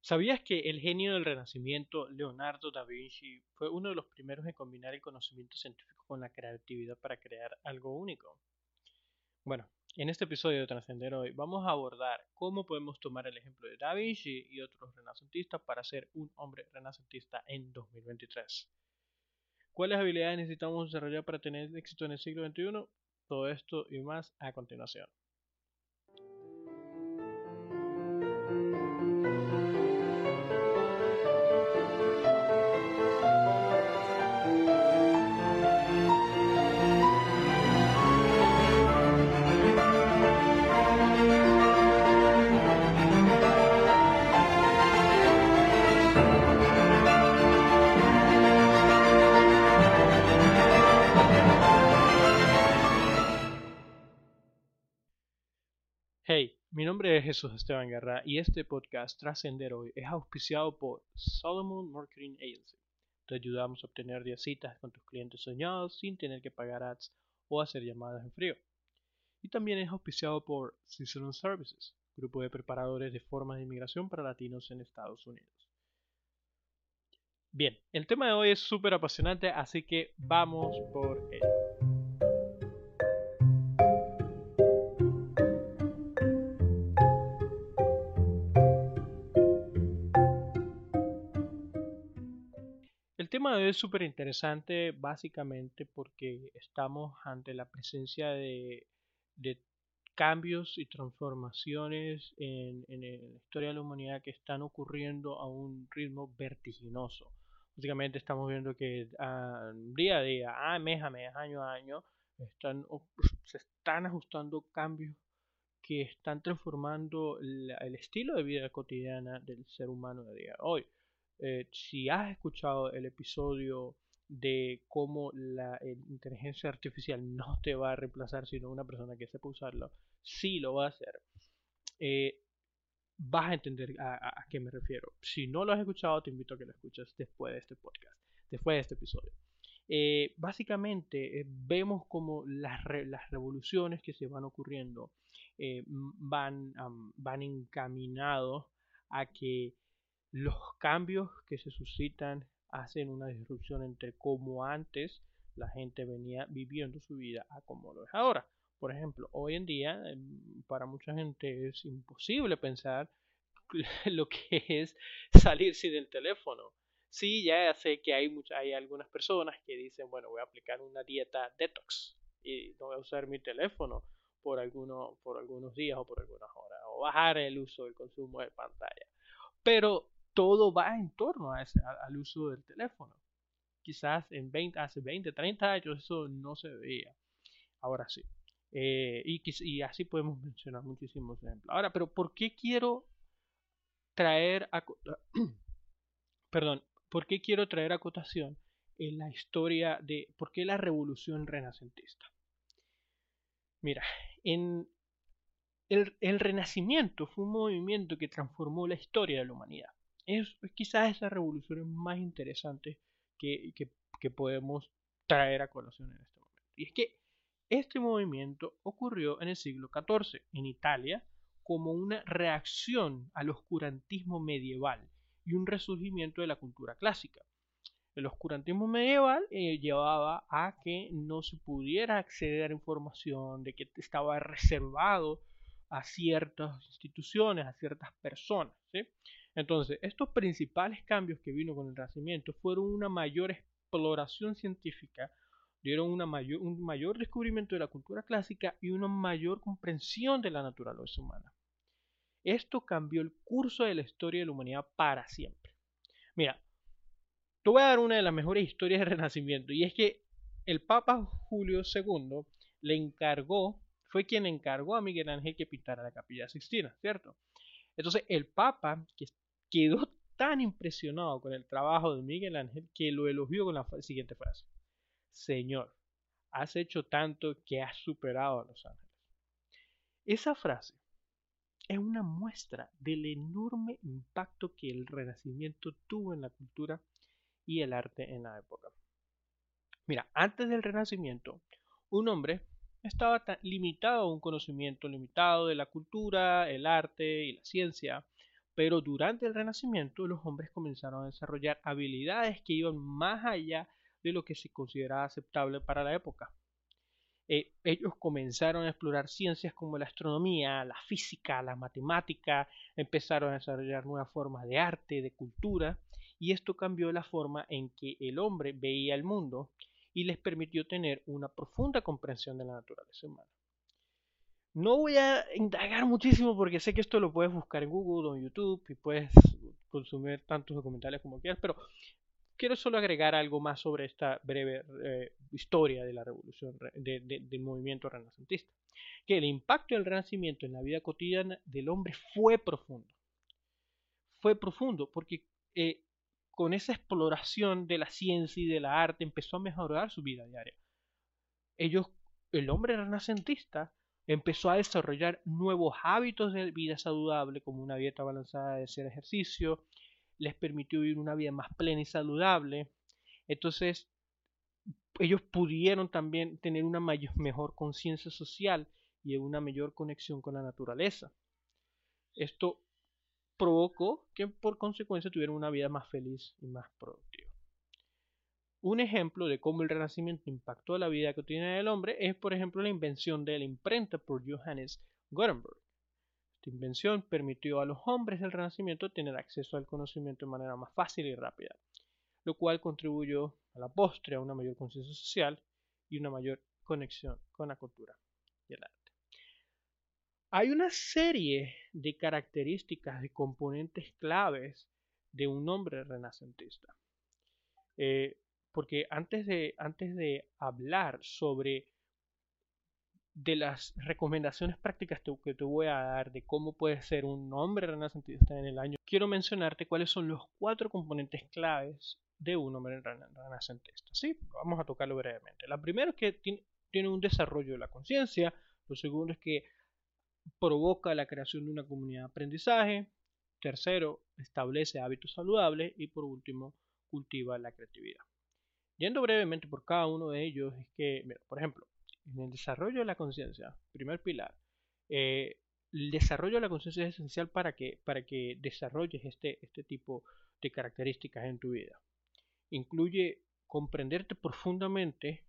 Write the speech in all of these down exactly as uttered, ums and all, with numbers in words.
¿Sabías que el genio del Renacimiento, Leonardo da Vinci, fue uno de los primeros en combinar el conocimiento científico con la creatividad para crear algo único? Bueno, en este episodio de Trascender Hoy vamos a abordar cómo podemos tomar el ejemplo de Da Vinci y otros renacentistas para ser un hombre renacentista en dos mil veintitrés. ¿Cuáles habilidades necesitamos desarrollar para tener éxito en el siglo veintiuno? Todo esto y más a continuación. Hey, mi nombre es Jesús Esteban Guerra y este podcast Trascender Hoy es auspiciado por Solomon Marketing Agency. Te ayudamos a obtener diez citas con tus clientes soñados sin tener que pagar ads o hacer llamadas en frío. Y también es auspiciado por Seasonal Services, grupo de preparadores de formas de inmigración para latinos en Estados Unidos. Bien, el tema de hoy es súper apasionante, así que vamos por ello. El tema de hoy es súper interesante básicamente porque estamos ante la presencia de, de cambios y transformaciones en, en la historia de la humanidad que están ocurriendo a un ritmo vertiginoso. Básicamente estamos viendo que uh, día a día, a mes a mes, año a año, están, se están ajustando cambios que están transformando la, el estilo de vida cotidiana del ser humano de día de hoy. Eh, si has escuchado el episodio de cómo la inteligencia artificial no te va a reemplazar, sino una persona que sepa usarlo, sí lo va a hacer, eh, vas a entender a, a, a, qué me refiero. Si no lo has escuchado, te invito a que lo escuches después de este podcast, después de este episodio. Eh, básicamente eh, vemos como las, re, las revoluciones que se van ocurriendo eh, van, um, van encaminados a que los cambios que se suscitan hacen una disrupción entre cómo antes la gente venía viviendo su vida a cómo lo es ahora. Por ejemplo, hoy en día para mucha gente es imposible pensar lo que es salirse del teléfono. Sí, ya sé que hay, mucha, hay algunas personas que dicen, bueno, voy a aplicar una dieta detox y no voy a usar mi teléfono por, alguno, por algunos días o por algunas horas, o bajar el uso del consumo de pantalla. Pero todo va en torno a ese, al uso del teléfono. Quizás en veinte, hace veinte, treinta años eso no se veía. Ahora sí. Eh, y, y así podemos mencionar muchísimos ejemplos. Ahora, pero ¿por qué quiero traer a, perdón, ¿por qué quiero traer acotación en la historia de por qué la revolución renacentista? Mira, en el, el Renacimiento fue un movimiento que transformó la historia de la humanidad. Es, es quizás esa revolución más interesante que, que, que podemos traer a colación en este momento. Y es que este movimiento ocurrió en el siglo catorce en Italia como una reacción al oscurantismo medieval y un resurgimiento de la cultura clásica. El oscurantismo medieval eh, llevaba a que no se pudiera acceder a información, de que estaba reservado a ciertas instituciones, a ciertas personas. ¿Sí? Entonces, estos principales cambios que vino con el Renacimiento fueron una mayor exploración científica, dieron una mayor, un mayor descubrimiento de la cultura clásica y una mayor comprensión de la naturaleza humana. Esto cambió el curso de la historia de la humanidad para siempre. Mira, te voy a dar una de las mejores historias del Renacimiento, y es que el Papa Julio segundo le encargó, fue quien encargó a Miguel Ángel que pintara la Capilla Sixtina, ¿cierto? Entonces el Papa que quedó tan impresionado con el trabajo de Miguel Ángel que lo elogió con la siguiente frase: Señor, has hecho tanto que has superado a los ángeles. Esa frase es una muestra del enorme impacto que el Renacimiento tuvo en la cultura y el arte en la época. Mira, antes del Renacimiento, un hombre estaba limitado a un conocimiento limitado de la cultura, el arte y la ciencia, Pero durante el Renacimiento los hombres comenzaron a desarrollar habilidades que iban más allá de lo que se consideraba aceptable para la época. Eh, ellos comenzaron a explorar ciencias como la astronomía, la física, la matemática, empezaron a desarrollar nuevas formas de arte, de cultura, y esto cambió la forma en que el hombre veía el mundo y les permitió tener una profunda comprensión de la naturaleza humana. No voy a indagar muchísimo porque sé que esto lo puedes buscar en Google o en YouTube y puedes consumir tantos documentales como quieras, pero quiero solo agregar algo más sobre esta breve eh, historia de la revolución, de, de, del movimiento renacentista. Que el impacto del renacimiento en la vida cotidiana del hombre fue profundo. Fue profundo porque eh, con esa exploración de la ciencia y de la arte empezó a mejorar su vida diaria. Ellos, el hombre renacentista empezó a desarrollar nuevos hábitos de vida saludable como una dieta balanceada de hacer ejercicio, les permitió vivir una vida más plena y saludable. Entonces, ellos pudieron también tener una mayor, mejor conciencia social y una mayor conexión con la naturaleza. Esto provocó que por consecuencia tuvieran una vida más feliz y más productiva. Un ejemplo de cómo el Renacimiento impactó la vida cotidiana del hombre es, por ejemplo, la invención de la imprenta por Johannes Gutenberg. Esta invención permitió a los hombres del Renacimiento tener acceso al conocimiento de manera más fácil y rápida, lo cual contribuyó a la postre a una mayor conciencia social y una mayor conexión con la cultura y el arte. Hay una serie de características, de componentes claves de un hombre renacentista. Eh, porque antes de, antes de hablar sobre de las recomendaciones prácticas que te voy a dar de cómo puedes ser un hombre renacentista en el año, quiero mencionarte cuáles son los cuatro componentes claves de un hombre renacentista. ¿Sí? Vamos a tocarlo brevemente. La primera es que tiene, tiene un desarrollo de la conciencia. Lo segundo es que provoca la creación de una comunidad de aprendizaje. Tercero, establece hábitos saludables. Y por último, cultiva la creatividad. Yendo brevemente por cada uno de ellos, es que, mira, por ejemplo, en el desarrollo de la conciencia, primer pilar, eh, el desarrollo de la conciencia es esencial para que, para que desarrolles este, este tipo de características en tu vida. Incluye comprenderte profundamente,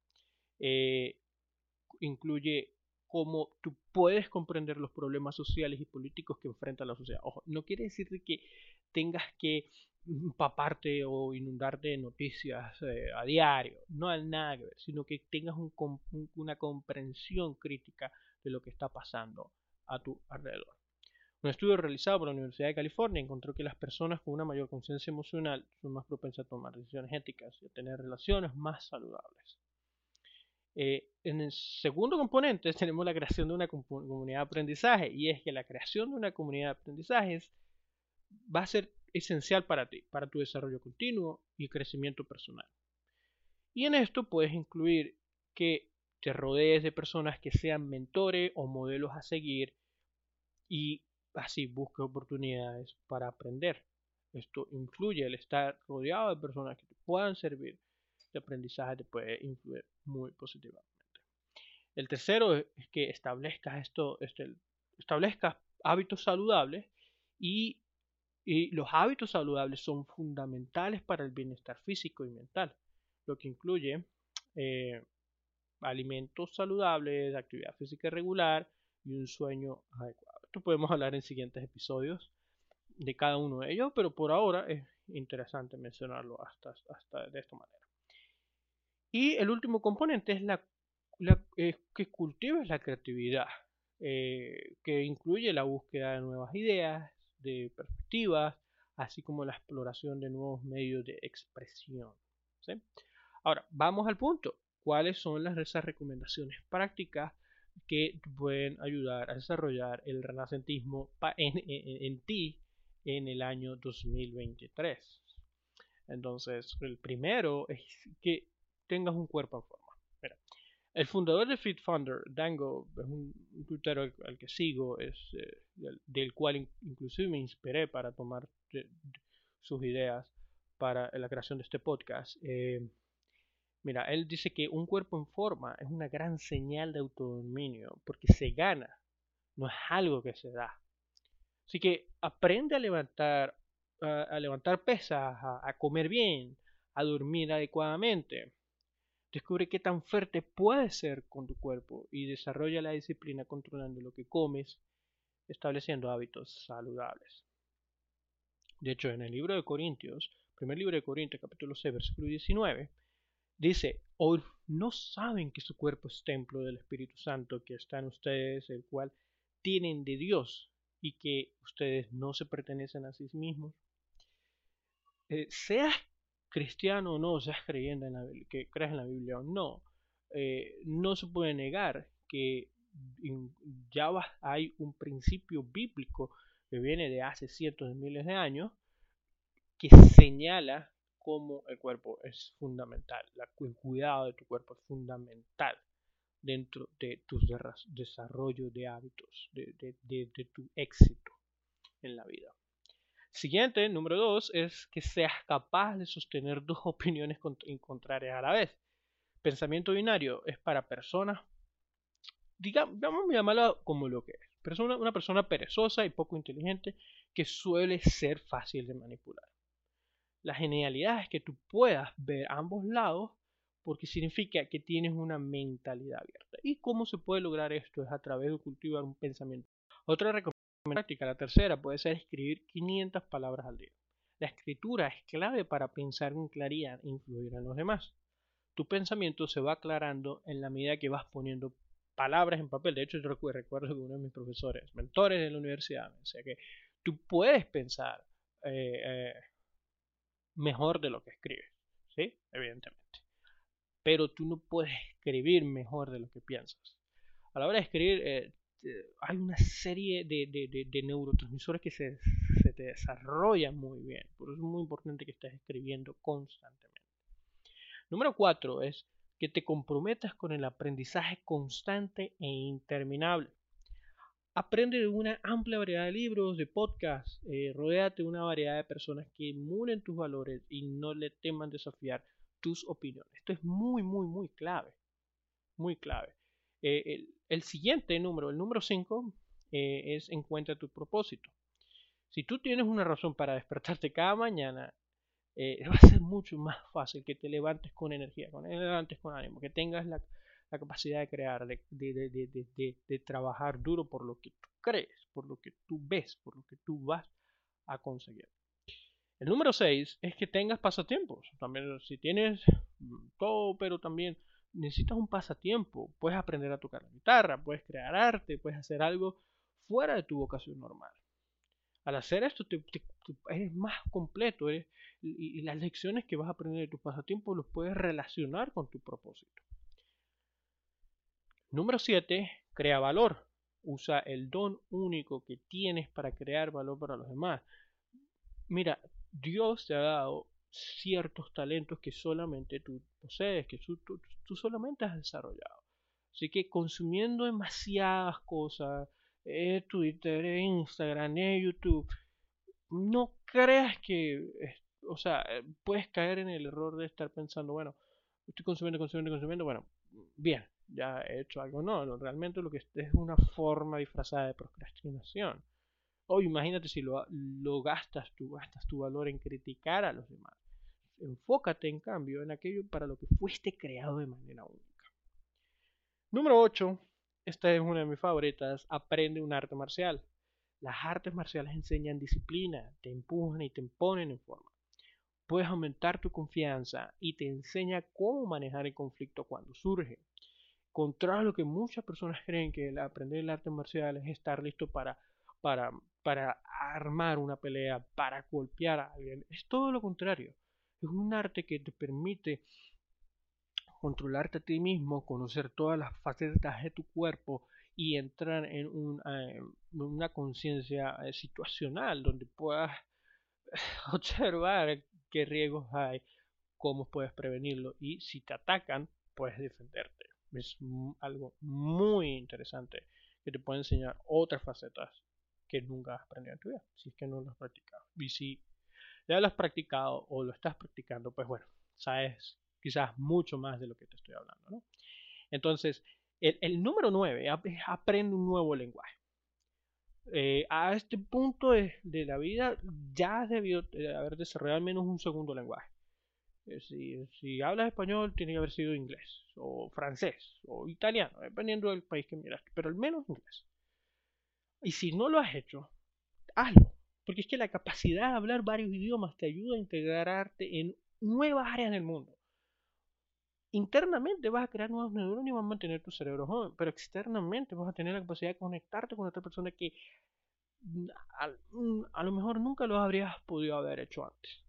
eh, incluye cómo tú puedes comprender los problemas sociales y políticos que enfrenta la sociedad. Ojo, no quiere decir que tengas que empaparte o inundarte de noticias eh, a diario, no hay nada que ver, sino que tengas un, un, una comprensión crítica de lo que está pasando a tu alrededor. Un estudio realizado por la Universidad de California encontró que las personas con una mayor conciencia emocional son más propensas a tomar decisiones éticas y a tener relaciones más saludables. Eh, en el segundo componente tenemos la creación de una comunidad de aprendizaje, y es que la creación de una comunidad de aprendizaje va a ser esencial para ti, para tu desarrollo continuo y crecimiento personal. Y en esto puedes incluir que te rodees de personas que sean mentores o modelos a seguir y así busques oportunidades para aprender. Esto influye, el estar rodeado de personas que te puedan servir de aprendizaje te puede influir muy positivamente. El tercero es que establezcas esto, este, establezcas hábitos saludables y, y los hábitos saludables son fundamentales para el bienestar físico y mental, lo que incluye eh, alimentos saludables, actividad física regular y un sueño adecuado. Esto podemos hablar en siguientes episodios de cada uno de ellos, pero por ahora es interesante mencionarlo hasta, hasta de esta manera. Y el último componente es la, la eh, que cultives la creatividad, eh, que incluye la búsqueda de nuevas ideas, de perspectivas, así como la exploración de nuevos medios de expresión. ¿Sí? Ahora, vamos al punto. ¿Cuáles son las, esas recomendaciones prácticas que pueden ayudar a desarrollar el renacentismo en, en, en ti en el año dos mil veintitrés? Entonces, el primero es que tengas un cuerpo en forma. Mira, el fundador de FitFunder, Dango, es un, un tuitero al, al, que sigo, es, eh, del, del, cual in, inclusive me inspiré para tomar de, de, sus ideas para la creación de este podcast. Eh, mira, él dice que un cuerpo en forma es una gran señal de autodominio, porque se gana, no es algo que se da. Así que aprende a levantar, a, a levantar pesas, a, a comer bien, a dormir adecuadamente. Descubre qué tan fuerte puedes ser con tu cuerpo y desarrolla la disciplina controlando lo que comes, estableciendo hábitos saludables. De hecho, en el libro de Corintios, primer libro de Corintios, capítulo seis, versículo diecinueve, dice, ¿o no saben que su cuerpo es templo del Espíritu Santo que está en ustedes, el cual tienen de Dios, y que ustedes no se pertenecen a sí mismos? Eh, seas cristiano o no, seas creyente en la, que creas en la Biblia o no, eh, no se puede negar que in, ya va, hay un principio bíblico que viene de hace cientos de miles de años que señala cómo el cuerpo es fundamental, la, el cuidado de tu cuerpo es fundamental dentro de tu desarrollo de hábitos, de, de, de, de tu éxito en la vida. Siguiente, número dos, es que seas capaz de sostener dos opiniones contrarias a la vez. Pensamiento binario es para personas, digamos, vamos a llamarlo como lo que es. Persona, una persona perezosa y poco inteligente que suele ser fácil de manipular. La genialidad es que tú puedas ver ambos lados porque significa que tienes una mentalidad abierta. ¿Y cómo se puede lograr esto? Es a través de cultivar un pensamiento. Otra recomendación práctica, la tercera, puede ser escribir quinientas palabras al día. La escritura es clave para pensar con claridad e influir en los demás. Tu pensamiento se va aclarando en la medida que vas poniendo palabras en papel. De hecho, yo recuerdo que uno de mis profesores, mentores de la universidad, me decía que tú puedes pensar eh, eh, mejor de lo que escribes, ¿sí? Evidentemente. Pero tú no puedes escribir mejor de lo que piensas. A la hora de escribir, eh, hay una serie de, de, de, de neurotransmisores que se, se, te desarrollan muy bien. Por eso es muy importante que estés escribiendo constantemente. Número cuatro es que te comprometas con el aprendizaje constante e interminable. Aprende de una amplia variedad de libros, de podcasts, eh, rodéate de una variedad de personas que emulen tus valores y no le teman desafiar tus opiniones. Esto es muy, muy, muy clave, muy clave. Eh, el, el, siguiente número, el número cinco, eh, es encuentra tu propósito. Si tú tienes una razón para despertarte cada mañana, eh, va a ser mucho más fácil que te levantes con energía, que te levantes con ánimo, que tengas la, la capacidad de crear, de, de, de, de, de, de trabajar duro por lo que tú crees, por lo que tú ves, por lo que tú vas a conseguir. El número seis es que tengas pasatiempos. También si tienes todo, pero también necesitas un pasatiempo. Puedes aprender a tocar la guitarra, puedes crear arte, puedes hacer algo fuera de tu vocación normal. Al hacer esto te, te, te, eres más completo eres, y, y las lecciones que vas a aprender de tus pasatiempos los puedes relacionar con tu propósito. Número siete, crea valor. Usa el don único que tienes para crear valor para los demás. Mira, Dios te ha dado ciertos talentos que solamente tú posees, que tú, tú, tú solamente has desarrollado. Así que consumiendo demasiadas cosas, eh, Twitter, eh, Instagram, eh, YouTube, no creas que, o sea, puedes caer en el error de estar pensando, bueno, estoy consumiendo, consumiendo, consumiendo, bueno, bien, ya he hecho algo. No, no realmente lo que es una forma disfrazada de procrastinación. O imagínate si lo, lo gastas, tú gastas tu valor en criticar a los demás. Enfócate, en cambio, en aquello para lo que fuiste creado de manera única. Número ocho. Esta es una de mis favoritas. Aprende un arte marcial. Las artes marciales enseñan disciplina, te empujan y te ponen en forma. Puedes aumentar tu confianza y te enseña cómo manejar el conflicto cuando surge. Contrario a lo que muchas personas creen, que el aprender el arte marcial es estar listo para, para, para armar una pelea, para golpear a alguien. Es todo lo contrario. Es un arte que te permite controlarte a ti mismo, conocer todas las facetas de tu cuerpo y entrar en, un, eh, una conciencia eh, situacional donde puedas observar qué riesgos hay, cómo puedes prevenirlo y si te atacan, puedes defenderte. Es algo muy interesante que te puede enseñar otras facetas que nunca has aprendido en tu vida, si es que no lo has practicado. Y si ya lo has practicado o lo estás practicando, pues bueno, sabes quizás mucho más de lo que te estoy hablando, ¿no? Entonces, el, el número nueve es aprende un nuevo lenguaje. Eh, a este punto de, de la vida ya has debido eh, haber desarrollado al menos un segundo lenguaje. Eh, Si, si hablas español, tiene que haber sido inglés, o francés, o italiano, dependiendo del país que miraste, pero al menos inglés. Y si no lo has hecho, hazlo. Porque es que la capacidad de hablar varios idiomas te ayuda a integrarte en nuevas áreas del mundo. Internamente vas a crear nuevos neuronas y vas a mantener tu cerebro joven, pero externamente vas a tener la capacidad de conectarte con otra persona que a, a lo mejor nunca lo habrías podido haber hecho antes.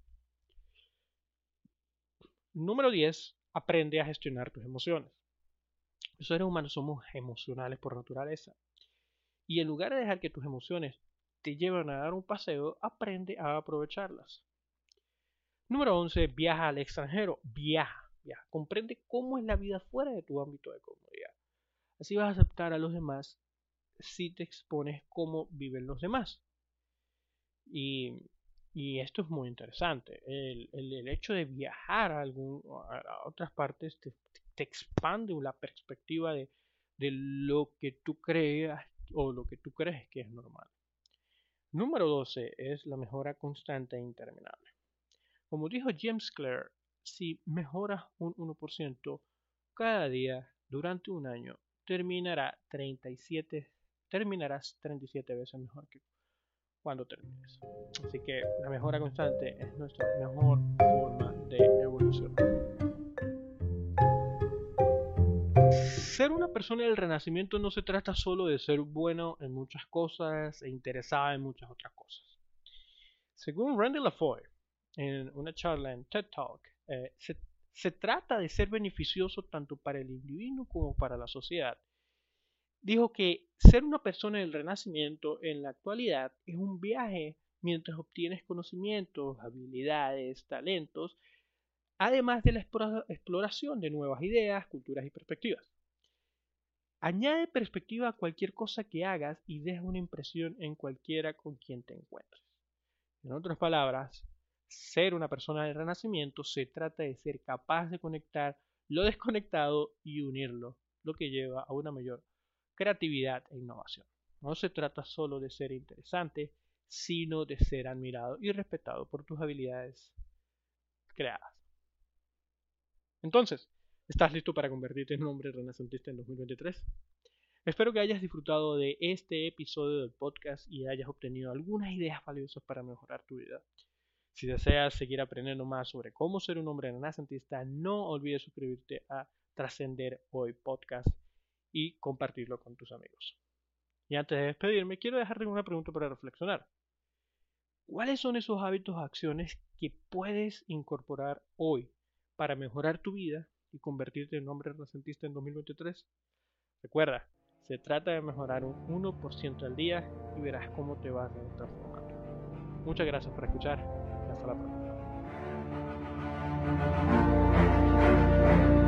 Número diez. Aprende a gestionar tus emociones. Los seres humanos somos emocionales por naturaleza. Y en lugar de dejar que tus emociones te lleven a dar un paseo, aprende a aprovecharlas. Número once. Viaja al extranjero. Viaja, viaja. Comprende cómo es la vida fuera de tu ámbito de comodidad. Así vas a aceptar a los demás si te expones cómo viven los demás. Y, y esto es muy interesante. El, el, el hecho de viajar a, algún, a, a otras partes te, te expande la perspectiva de, de lo que tú creas o lo que tú crees que es normal. Número doce es la mejora constante e interminable. Como dijo James Clear, si mejoras un uno por ciento cada día durante un año, terminará treinta y siete, terminarás treinta y siete veces mejor que cuando termines. Así que la mejora constante es nuestra mejor forma de evolucionar. Ser una persona del Renacimiento no se trata solo de ser bueno en muchas cosas e interesada en muchas otras cosas. Según Randy Lafoy, en una charla en TED Talk, eh, se, se trata de ser beneficioso tanto para el individuo como para la sociedad. Dijo que ser una persona del Renacimiento en la actualidad es un viaje mientras obtienes conocimientos, habilidades, talentos, además de la exploración de nuevas ideas, culturas y perspectivas. Añade perspectiva a cualquier cosa que hagas y deja una impresión en cualquiera con quien te encuentres. En otras palabras, ser una persona del Renacimiento se trata de ser capaz de conectar lo desconectado y unirlo, lo que lleva a una mayor creatividad e innovación. No se trata solo de ser interesante, sino de ser admirado y respetado por tus habilidades creadas. Entonces, ¿estás listo para convertirte en un hombre renacentista en dos mil veintitrés? Espero que hayas disfrutado de este episodio del podcast y hayas obtenido algunas ideas valiosas para mejorar tu vida. Si deseas seguir aprendiendo más sobre cómo ser un hombre renacentista, no olvides suscribirte a Trascender Hoy Podcast y compartirlo con tus amigos. Y antes de despedirme, quiero dejarte una pregunta para reflexionar. ¿Cuáles son esos hábitos o acciones que puedes incorporar hoy para mejorar tu vida y convertirte en un hombre renacentista en dos mil veintitrés? Recuerda, se trata de mejorar un uno por ciento al día y verás cómo te vas transformando. Muchas gracias por escuchar y hasta la próxima.